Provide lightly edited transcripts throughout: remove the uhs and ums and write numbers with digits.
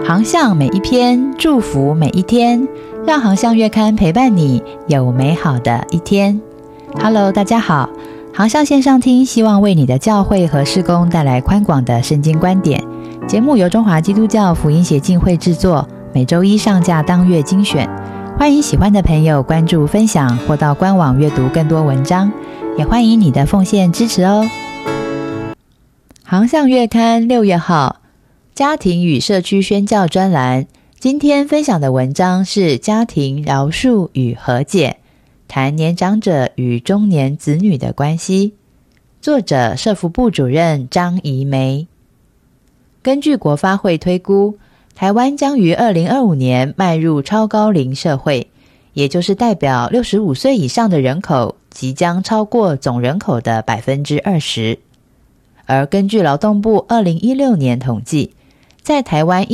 航向每一篇，祝福每一天，让航向月刊陪伴你有美好的一天。Hello， 大家好，航向线上听，希望为你的教会和事工带来宽广的圣经观点。节目由中华基督教福音协进会制作，每周一上架当月精选。欢迎喜欢的朋友关注分享，或到官网阅读更多文章，也欢迎你的奉献支持哦。航向月刊6月号家庭与社区宣教专栏，今天分享的文章是家庭饶恕与和解，谈年长者与中年子女的关系。作者社福部主任张怡梅。根据国发会推估，台湾将于2025年迈入超高龄社会，也就是代表65岁以上的人口即将超过总人口的 20%。而根据劳动部2016年统计，在台湾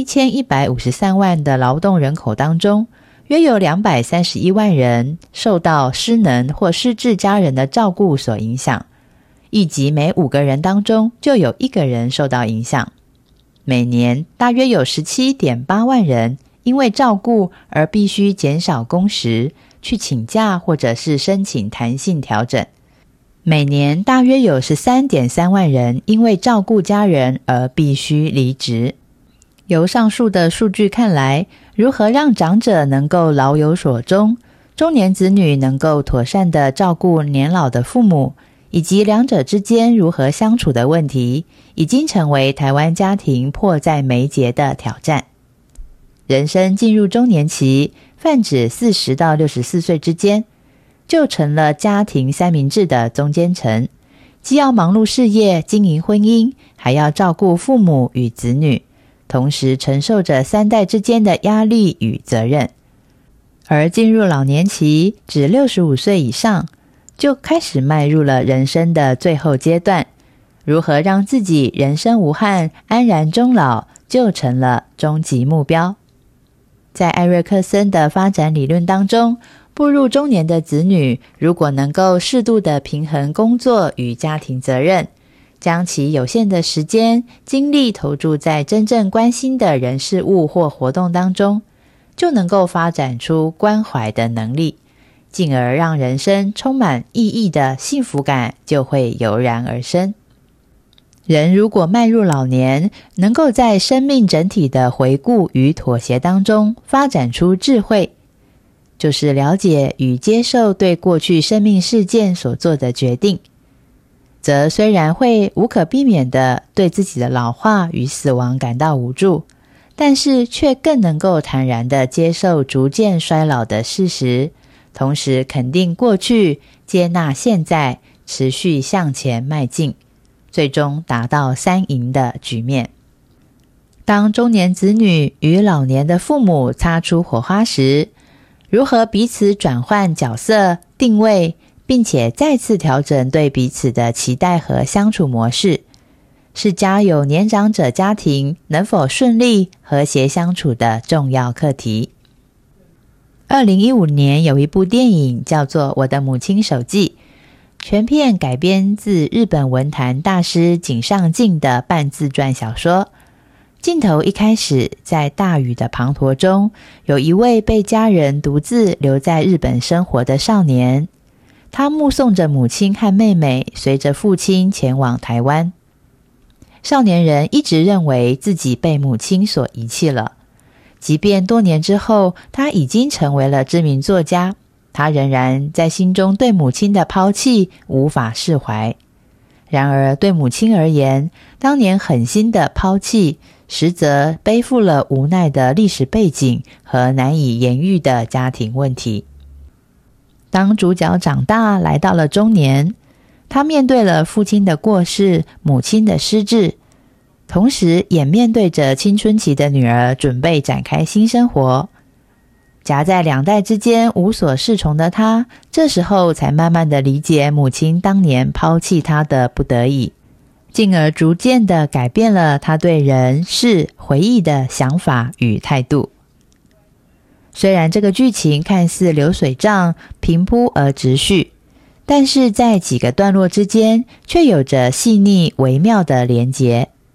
1153万的劳动人口当中，约有231万人受到失能或失智家人的照顾所影响，以及每5个人当中就有1个人受到影响。每年大约有 17.8 万人因为照顾而必须减少工时，去请假或者是申请弹性调整。每年大约有 13.3 万人因为照顾家人而必须离职。由上述的数据看来，如何让长者能够老有所终，中年子女能够妥善地照顾年老的父母，以及两者之间如何相处的问题，已经成为台湾家庭迫在眉睫的挑战。人生进入中年期，泛指40到64岁之间，就成了家庭三明治的中间层，既要忙碌事业、经营婚姻，还要照顾父母与子女，同时承受着3代之间的压力与责任。而进入老年期，指65岁以上，就开始迈入了人生的最后阶段，如何让自己人生无憾、安然终老，就成了终极目标。在艾瑞克森的发展理论当中，步入中年的子女，如果能够适度的平衡工作与家庭责任，将其有限的时间、精力投注在真正关心的人事物或活动当中，就能够发展出关怀的能力，进而让人生充满意义的幸福感就会油然而生。人如果迈入老年，能够在生命整体的回顾与妥协当中发展出智慧，就是了解与接受对过去生命事件所做的决定，则虽然会无可避免地对自己的老化与死亡感到无助，但是却更能够坦然地接受逐渐衰老的事实，同时肯定过去，接纳现在，持续向前迈进，最终达到3赢的局面。当中年子女与老年的父母擦出火花时，如何彼此转换角色定位，并且再次调整对彼此的期待和相处模式，是家有年长者家庭能否顺利和谐相处的重要课题。2015年有一部电影叫做《我的母亲手记》，全片改编自日本文坛大师井上靖的半自传小说。镜头一开始，在大雨的滂沱中，有一位被家人独自留在日本生活的少年，他目送着母亲和妹妹随着父亲前往台湾。少年人一直认为自己被母亲所遗弃了，即便多年之后他已经成为了知名作家，他仍然在心中对母亲的抛弃无法释怀。然而对母亲而言，当年狠心的抛弃，实则背负了无奈的历史背景和难以言喻的家庭问题。当主角长大来到了中年，他面对了父亲的过世、母亲的失智，同时也面对着青春期的女儿准备展开新生活。夹在2代之间无所适从的他，这时候才慢慢的理解母亲当年抛弃他的不得已，进而逐渐的改变了他对人事回忆的想法与态度。虽然这个剧情看似流水账，平铺而直叙，但是在几个段落之间却有着细腻微妙的连结。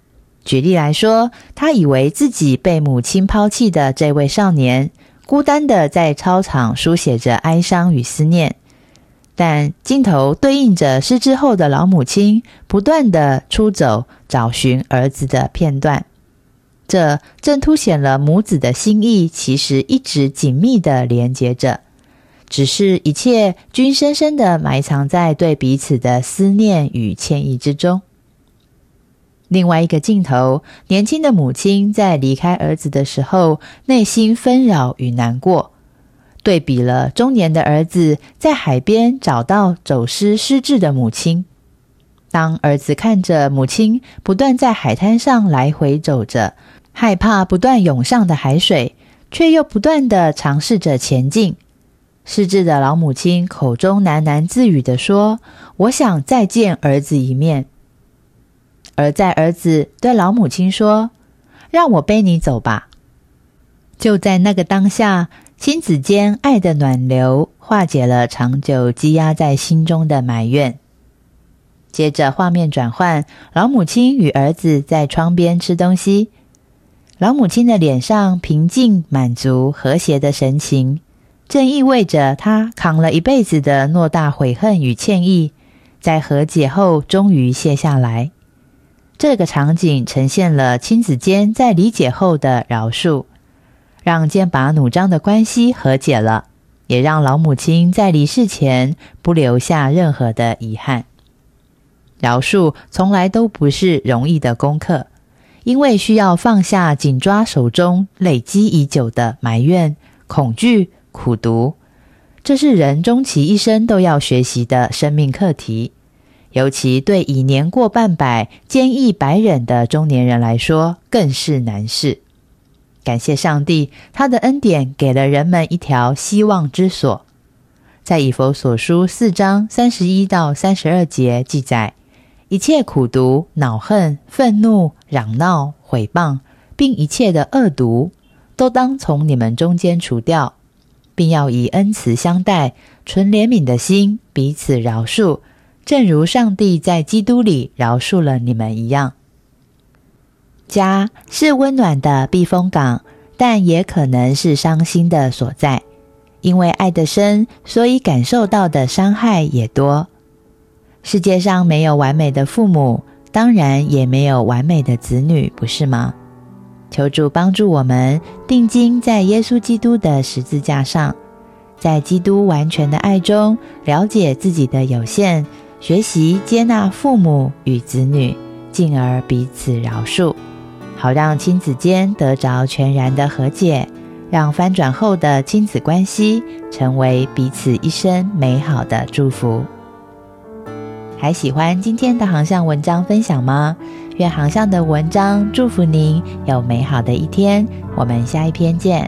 举例来说，他以为自己被母亲抛弃的这位少年，孤单的在操场书写着哀伤与思念，但镜头对应着失智后的老母亲不断的出走找寻儿子的片段，这正凸显了母子的心意其实一直紧密的连接着，只是一切均深深的埋藏在对彼此的思念与歉意之中。另外一个镜头，年轻的母亲在离开儿子的时候，内心纷扰与难过，对比了中年的儿子在海边找到走失失智的母亲。当儿子看着母亲不断在海滩上来回走着，害怕不断涌上的海水，却又不断地尝试着前进，失智的老母亲口中喃喃自语地说：“我想再见儿子一面。”而在儿子对老母亲说：“让我背你走吧。”就在那个当下，亲子间爱的暖流化解了长久积压在心中的埋怨。接着画面转换，老母亲与儿子在窗边吃东西，老母亲的脸上平静、满足、和谐的神情，正意味着她扛了一辈子的偌大悔恨与歉意，在和解后终于卸下来。这个场景呈现了亲子间在理解后的饶恕，让剑拔弩张的关系和解了，也让老母亲在离世前不留下任何的遗憾。饶恕从来都不是容易的功课，因为需要放下紧抓手中累积已久的埋怨、恐惧、苦毒，这是人终其一生都要学习的生命课题。尤其对已年过半百、坚毅百忍的中年人来说，更是难事。感谢上帝，他的恩典给了人们一条希望之所。在以弗所书4章31到32节记载，一切苦毒、恼恨、愤怒、嚷闹、毁谤，并一切的恶毒，都当从你们中间除掉，并要以恩慈相待，存怜悯的心，彼此饶恕，正如上帝在基督里饶恕了你们一样。家是温暖的避风港，但也可能是伤心的所在。因为爱得深，所以感受到的伤害也多。世界上没有完美的父母，当然也没有完美的子女，不是吗？求主帮助我们定睛在耶稣基督的十字架上，在基督完全的爱中了解自己的有限，学习接纳父母与子女，进而彼此饶恕，好让亲子间得着全然的和解，让翻转后的亲子关系成为彼此一生美好的祝福。还喜欢今天的航向文章分享吗？愿航向的文章祝福您有美好的一天，我们下一篇见。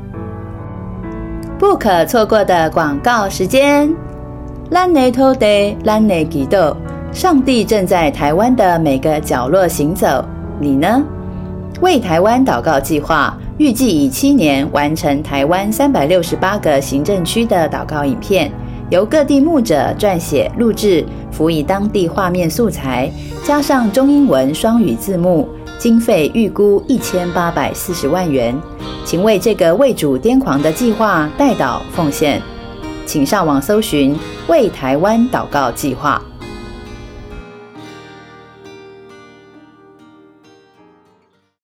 不可错过的广告时间，咱的土地，咱的祈祷，上帝正在台湾的每个角落行走，你呢？为台湾祷告计划预计以7年完成台湾368个行政区的祷告影片，由各地牧者撰写录制，辅以当地画面素材，加上中英文双语字幕，经费预估1840万元。请为这个为主癫狂的计划代祷奉献，请上网搜寻为台湾祷告计划。